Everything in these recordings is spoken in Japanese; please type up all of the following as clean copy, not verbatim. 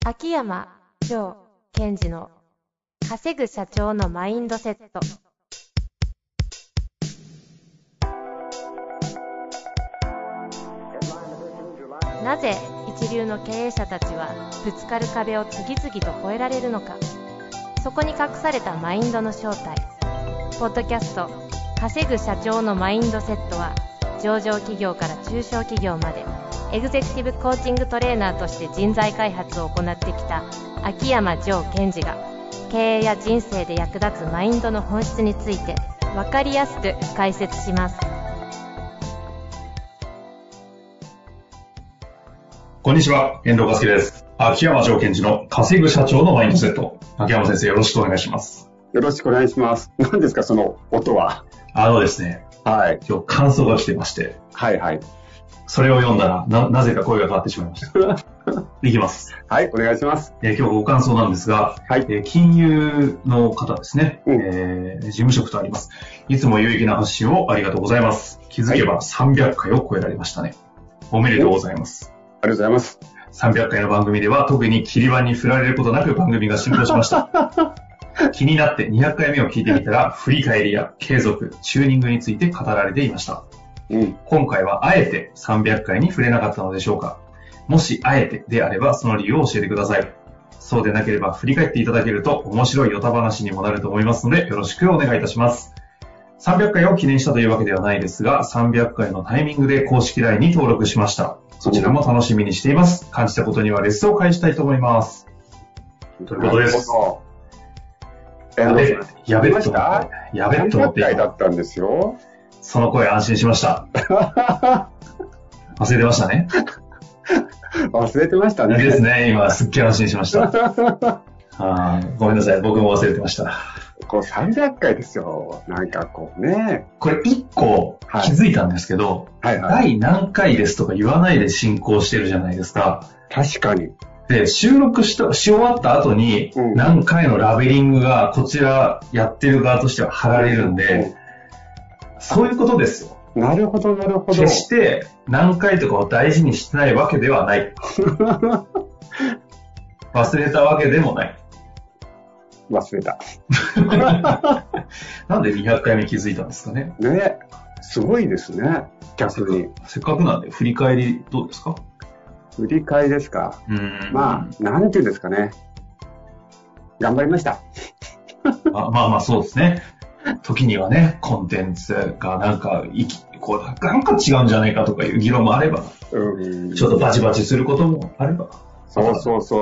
秋山城賢治の稼ぐ社長のマインドセット。なぜ一流の経営者たちはぶつかる壁を次々と越えられるのか。そこに隠されたマインドの正体。ポッドキャスト稼ぐ社長のマインドセットは、上場企業から中小企業までエグゼクティブコーチングトレーナーとして人材開発を行ってきた秋山城賢治が、経営や人生で役立つマインドの本質について分かりやすく解説します。 こんにちは、遠藤和樹です。秋山城賢治の稼ぐ社長のマインドセット。秋山先生、よろしくお願いします。 よろしくお願いします。何ですか、その音は。 ですね、 はい。 今日感想が来てまして。 はいはい。 それを読んだら、なぜか声が変わってしまいました。いきます。 はい、お願いします。 今日ご感想なんですが、 はい。 金融の方ですね、事務職とあります。いつも有益な発信をありがとうございます。気づけば300回を超えられましたね。おめでとうございます。 ありがとうございます。 300回の番組では特に切り板に振られることなく番組が進行しました。気になって200回目を聞いてみたら、振り返りや継続、チューニングについて語られていました。今回はあえて300回に触れなかったのでしょうか。もしあえてであれば、その理由を教えてください。そうでなければ振り返っていただけると面白いヨタ話にもなると思いますので、よろしくお願いいたします。300回を記念したというわけではないですが、300回のタイミングで公式 LINE に登録しました。そちらも楽しみにしています。感じたことにはレッスンを返したいと思います。ということです。やべっと思って。 300回だったんですよ。 その声安心しました。忘れてましたね。 忘れてましたね。 ですね。今すっげえ安心しました。ごめんなさい。僕も忘れてました。 こう300回ですよ。なんかこうね。 これ1個気づいたんですけど、第何回ですとか言わないで進行してるじゃないですか。 確かに。 で、収録し終わった後に何回のラベリングがこちらやってる側としては貼られるんで、そういうことですよ。 なるほど、なるほど。 決して何回とかを大事にしてないわけではない。忘れたわけでもない。 忘れた。 なんで200回目気づいたんですかね。 ね、すごいですね。逆に。 せっかくなんで振り返りどうですか。 振り返りですか。まあ、なんていうんですかね。頑張りました。 まあそうですね。時にはね、コンテンツがなんか違うんじゃないかとかいう議論もあれば、ちょっとバチバチすることもあれば。 そう。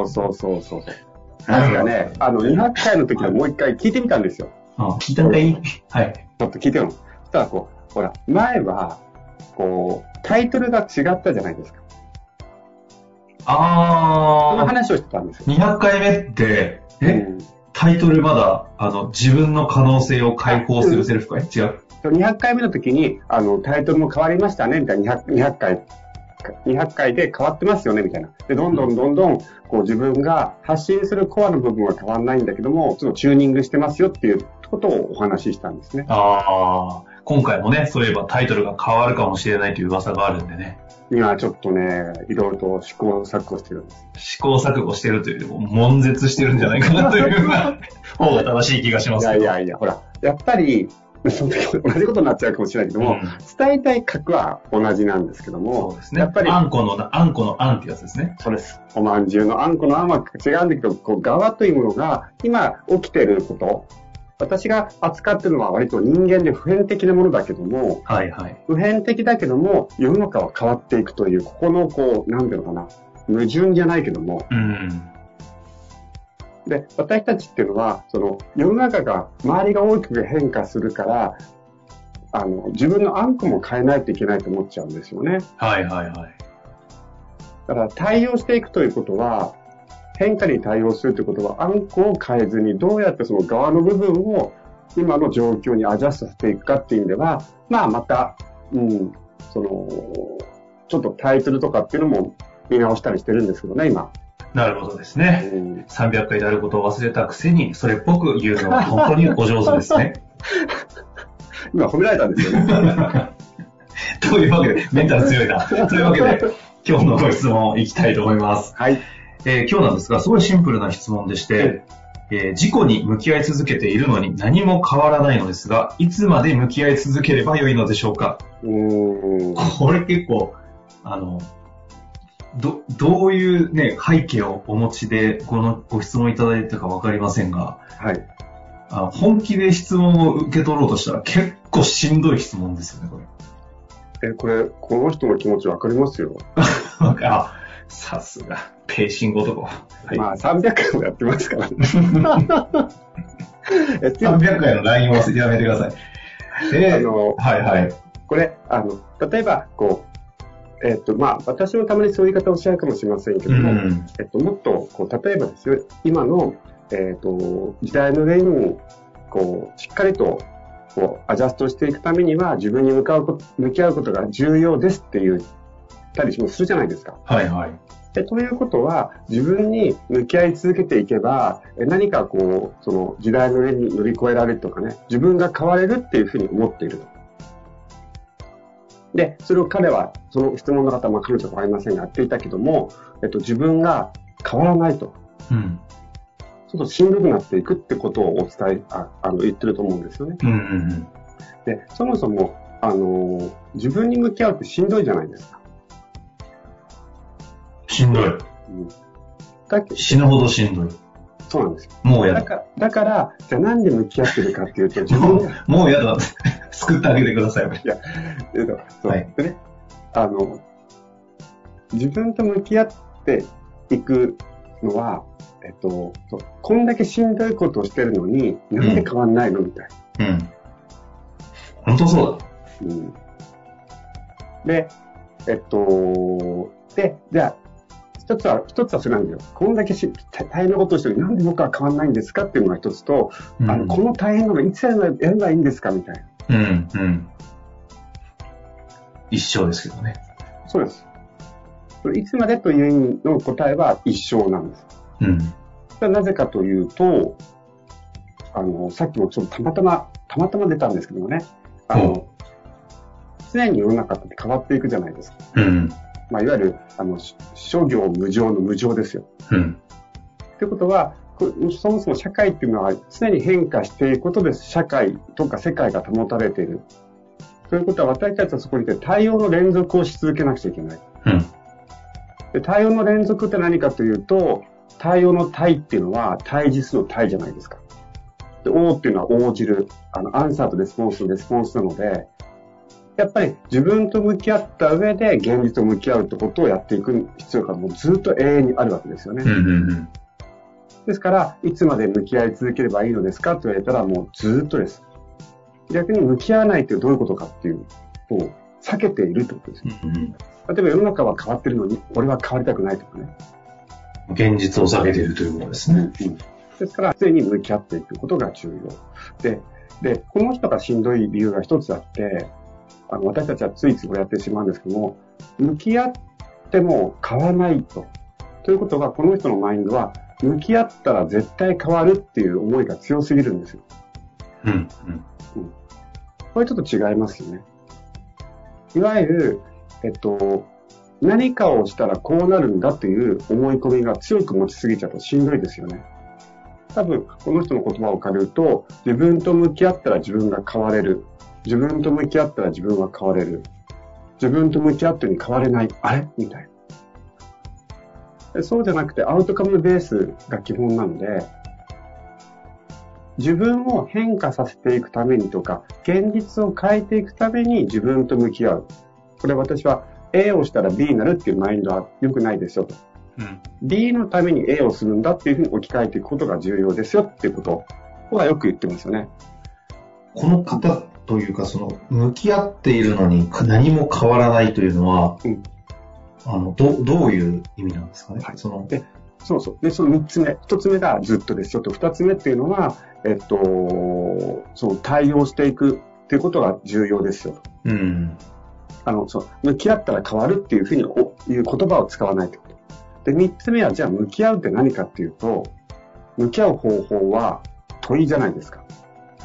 なんかね、200回の時はもう一回聞いてみたんですよ。 聞いた方がいい。はい。 ちょっと聞いてよ。そしたらほら、前は、タイトルが違ったじゃないですか。その話をしてたんですよ。 200回目って、タイトルまだ、自分の可能性を開放するセルフ会、違う。 200回目の時に、タイトルも変わりましたね、みたいな、200回で変わってますよね、みたいな。で、どんどん、自分が発信するコアの部分は変わらないんだけども、ちょっとチューニングしてますよっていうことをお話ししたんですね。 今回もね、そういえばタイトルが変わるかもしれないという噂があるんでね。 今ちょっとね、いろいろと試行錯誤してるんです。 試行錯誤してるというよりも、悶絶してるんじゃないかなという方が正しい気がしますけど。 いや、ほら、やっぱり、その時同じことになっちゃうかもしれないけども、伝えたい核は同じなんですけども、 そうですね。やっぱり、あんこのあんってやつですね。 そうです。おまんじゅうのあんこのあんは違うんだけど、側というものが、今起きていること、私が扱っているのは割と人間で普遍的なものだけども、普遍的だけども、世の中は変わっていくという、ここのなんていうのかな、矛盾じゃないけども、で、私たちっていうのは、世の中が、周りが大きく変化するから、自分のあんこも変えないといけないと思っちゃうんですよね。だから対応していくということは、変化に対応するということは、あんこを変えずに、どうやってその側の部分を今の状況にアジャストしていくかっていう意味では、また、ちょっとタイトルとかっていうのも見直したりしてるんですけどね、今。 なるほどですね。300回であることを忘れたくせに、それっぽく言うのは本当にお上手ですね。 今褒められたんですよね。 というわけで、メンタル強いな。というわけで、今日のご質問いきたいと思います。 はい。 今日なんですが、すごいシンプルな質問でして、自己に向き合い続けているのに何も変わらないのですが、いつまで向き合い続ければよいのでしょうか。これ結構、どういうね、背景をお持ちでこのご質問いただいたかわかりませんが、はい。本気で質問を受け取ろうとしたら結構しんどい質問ですよね、これ。この人の気持ちわかりますよ。 さすが、ペーシング男。はい、 まあ、300回もやってますからね。 300回の LINE をやめてください。はいはい。 これ、例えば、私もたまにそういう言い方をしちゃうかもしれませんけども、もっと、例えばですよ、今の、時代の上に、しっかりと、アジャストしていくためには、自分に向き合うことが重要ですって言ったりもするじゃないですか。 はいはい。 ということは、自分に向き合い続けていけば、何かその時代の上に乗り越えられるとかね、自分が変われるっていうふうに思っていると。で、それを彼は、その質問の方は彼女はわかりませんがやっていたけども、自分が変わらないと。ちょっとしんどくなっていくってことを言ってると思うんですよね。で、そもそも、自分に向き合うってしんどいじゃないですか。 しんどい。死ぬほどしんどい。 そうなんですよ。 もうやだ。だから、じゃあなんで向き合ってるかっていうと、自分がもうやだ。救ってあげてください。 いや、そう。はい、でね、自分と向き合っていくのは、こんだけしんどいことをしてるのに、なんで変わんないのみたいな。 本当そうだ。 で、じゃあ、一つはそれなんですよ。こんだけ大変なことをしてるのになんで僕は変わんないんですかっていうのが一つと、この大変なのいつやればいいんですかみたいな。 一生ですけどね。 そうです。いつまでという意味の答えは一生なんです。それはなぜかというと、さっきもちょっとたまたま出たんですけどもね、常に世の中って変わっていくじゃないですか。いわゆる、諸行無常の無常ですよ。ということは、そもそも社会っていうのは常に変化していくことで社会とか世界が保たれている。ということは私たちはそこに対応の連続をし続けなくちゃいけない。で、対応の連続って何かというと、対応の対っていうのは対峙数の対じゃないですか。で、応っていうのは応じる。アンサーとレスポンスのレスポンスなので、やっぱり自分と向き合った上で現実と向き合うってことをやっていく必要がもうずっと永遠にあるわけですよね。ですから、いつまで向き合い続ければいいのですかと言われたらもうずっとです。逆に向き合わないってどういうことかっていうと、避けているってことですよ。例えば世の中は変わってるのに、俺は変わりたくないとかね。 現実を避けているということですね。 ですから、常に向き合っていくことが重要。で、この人がしんどい理由が一つあって、私たちはついついやってしまうんですけども、向き合っても変わらないと。ということは、この人のマインドは、向き合ったら絶対変わるっていう思いが強すぎるんですよ。これちょっと違いますよね。いわゆる、何かをしたらこうなるんだという思い込みが強く持ちすぎちゃうとしんどいですよね。多分、この人の言葉を借りると、自分と向き合ったら自分が変われる。自分と向き合ったら自分は変われる。自分と向き合ってに変われない。あれみたいな。そうじゃなくてアウトカムのベースが基本なので、自分を変化させていくためにとか、現実を変えていくために自分と向き合う。これ私は A をしたら B になるっていうマインドは良くないですよと。B のために A をするんだっていうふうに置き換えていくことが重要ですよっていうことはよく言ってますよね。 この方というか、向き合っているのに何も変わらないというのは、どういう意味なんですかね。 そうそう。で、その3つ目。1つ目がずっとですよと。2つ目っていうのは、対応していくっていうことが重要ですよと。向き合ったら変わるっていうふうにいう言葉を使わないってこと。で、3つ目は、じゃあ向き合うって何かっていうと、向き合う方法は問いじゃないですか。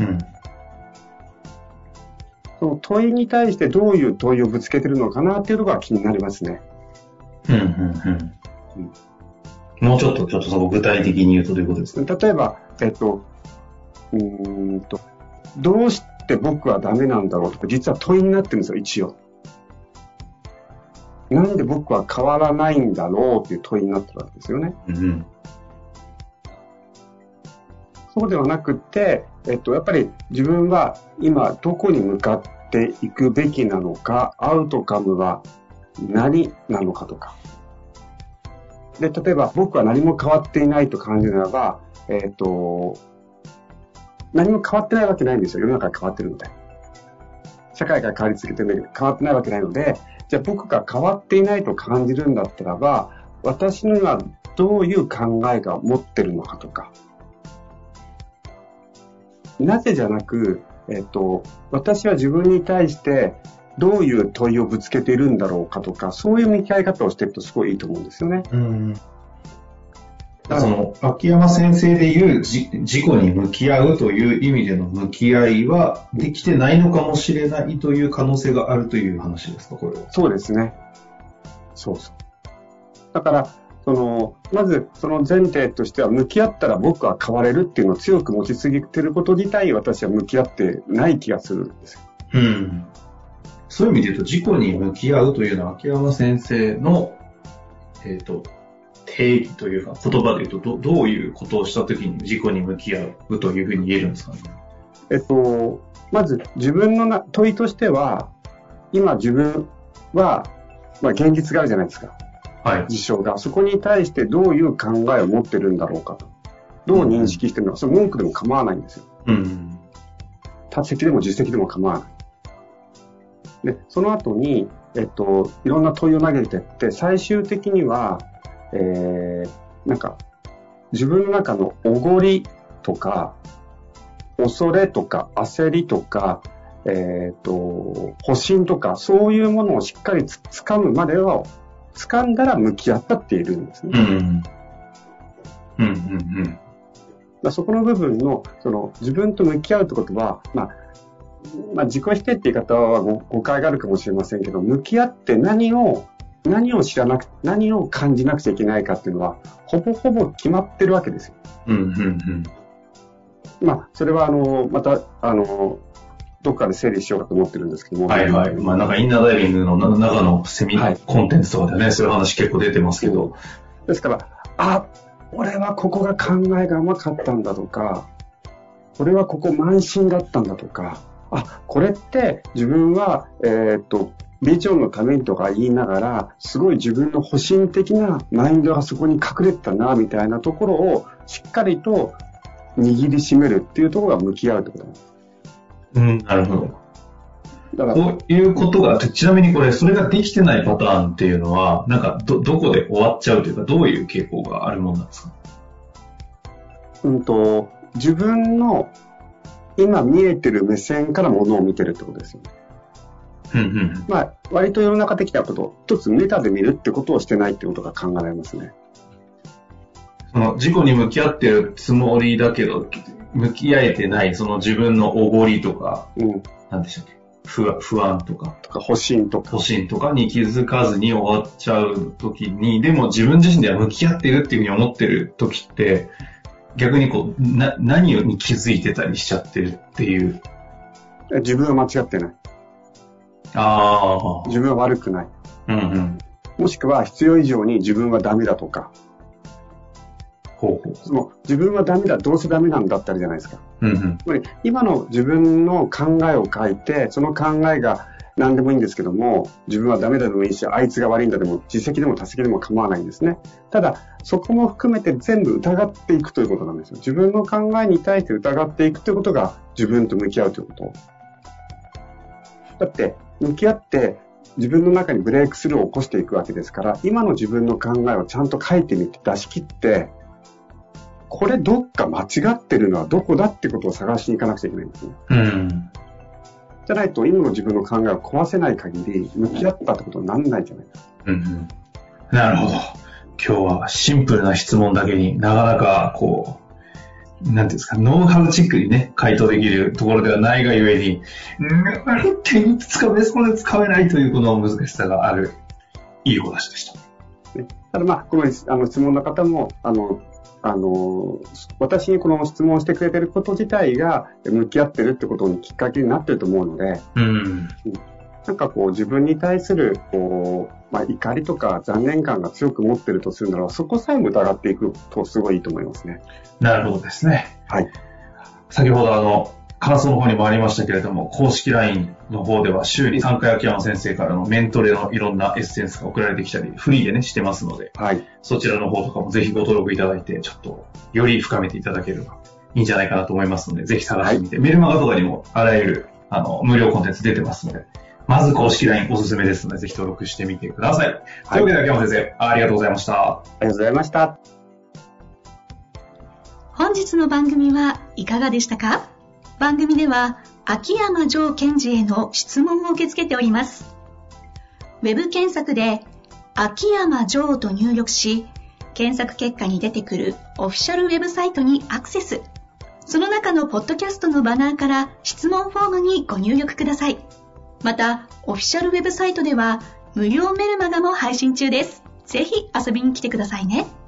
その問いに対してどういう問いをぶつけてるのかなっていうのが気になりますね。 もうちょっとそこ具体的に言うとどういうことですか？ 例えば、どうして僕はダメなんだろうとか、実は問いになってるんですよ、一応。なんで僕は変わらないんだろうっていう問いになってるわけですよね。うん、そうではなくて、やっぱり自分は今どこに向かっていくべきなのか、アウトカムは何なのかとか。で、例えば僕は何も変わっていないと感じるならば、何も変わってないわけないんですよ。世の中が変わってるので。社会が変わり続けてるんだけど、変わってないわけないので、じゃあ僕が変わっていないと感じるんだったらば、私にはどういう考えが持ってるのかとか。なぜじゃなく、私は自分に対してどういう問いをぶつけているんだろうかとか、そういう向き合い方をしていくとすごいいいと思うんですよね。 秋山先生でいう自己に向き合うという意味での向き合いはできてないのかもしれないという可能性があるという話ですか、これは。 そうですね。そう。だから、まずその前提としては、向き合ったら僕は変われるっていうのを強く持ちすぎてること自体、私は向き合ってない気がするんですよ。 そういう意味で言うと、自己に向き合うというのは、秋山先生の、定義というか、言葉で言うと、どういうことをしたときに自己に向き合うというふうに言えるんですかね。 まず自分の問いとしては、今自分は、現実があるじゃないですか。はい。事象が。そこに対してどういう考えを持ってるんだろうかと。どう認識してるのか。それ文句でも構わないんですよ。他責でも実績でも構わない。で、その後に、いろんな問いを投げていって、最終的には、自分の中のおごりとか、恐れとか、焦りとか、保身とか、そういうものをしっかり掴むまでは、掴んだら向き合ったっているんですね。そこの部分の、自分と向き合うってことは、自己否定って言い方は誤解があるかもしれませんけど、向き合って何を知らなく、何を感じなくちゃいけないかっていうのは、ほぼほぼ決まってるわけですよ。それはまた、どっかで整理しようかと思ってるんですけども。 はいはい。インナーダイビングの中のコンテンツとかでね、そういう話結構出てますけど。 ですから、俺はここが考えが甘かったんだとか、俺はここ慢心だったんだとか、これって自分は、ビジョンのためにとか言いながら、すごい自分の保身的なマインドがそこに隠れてたな、みたいなところをしっかりと握りしめるっていうところが向き合うってことなんです。 なるほど。だからこういうことが、ちなみにそれができてないパターンっていうのは、どこで終わっちゃうというか、どういう傾向があるものなんですか？ 自分の今見えてる目線からものを見てるってことですよね。割と世の中的なことを一つメタで見るってことをしてないってことが考えられますね。 自己に向き合ってるつもりだけど、向き合えてない、自分のおごりとか、何でしたっけ、不安とか、 保身とかに気づかずに終わっちゃうときに、でも自分自身では向き合ってるっていうふうに思ってるときって、逆に何に気づいてたりしちゃってるっていう。 自分は間違ってない。自分は悪くない。もしくは必要以上に自分はダメだとか。自分はダメだ、どうせダメなんだってあるじゃないですか。今の自分の考えを書いて、その考えが何でもいいんですけども、自分はダメだでもいいし、あいつが悪いんだでも、実績でも他責でも構わないんですね。ただ、そこも含めて全部疑っていくということなんですよ。自分の考えに対して疑っていくということが自分と向き合うということ。だって、向き合って自分の中にブレイクスルーを起こしていくわけですから、今の自分の考えをちゃんと書いてみて出し切って、これどっか間違ってるのはどこだってことを探しに行かなくちゃいけないんですね。じゃないと今の自分の考えを壊せない限り向き合ったってことにならないじゃないですか。 なるほど。今日はシンプルな質問だけになかなかなんていうんですか、ノウハウチックにね、回答できるところではないがゆえに、手につかめそうでつかめないというこの難しさがある、いいお話でした。 ただこの質問の方も、私にこの質問をしてくれてること自体が向き合ってるってことにきっかけになってると思うので、なんか自分に対する怒りとか残念感が強く持ってるとするなら、そこさえも疑っていくとすごいいいと思いますね。 なるほどですね。 はい。 先ほど感想の方にもありましたけれども、公式 LINE の方では週に3回秋山先生からのメントレのいろんなエッセンスが送られてきたり、フリーでね、してますので、 はい。 そちらの方とかもぜひご登録いただいて、ちょっとより深めていただければいいんじゃないかなと思いますので、ぜひ探してみて、はい、メルマガとかにもあらゆる無料コンテンツ出てますので、まず公式 LINE おすすめですので、ぜひ登録してみてください。はい、というわけで秋山先生、ありがとうございました。 ありがとうございました。 本日の番組はいかがでしたか？番組では秋山城賢治への質問を受け付けております。ウェブ検索で秋山城と入力し、検索結果に出てくるオフィシャルウェブサイトにアクセス。その中のポッドキャストのバナーから質問フォームにご入力ください。また、オフィシャルウェブサイトでは無料メルマガも配信中です。ぜひ遊びに来てくださいね。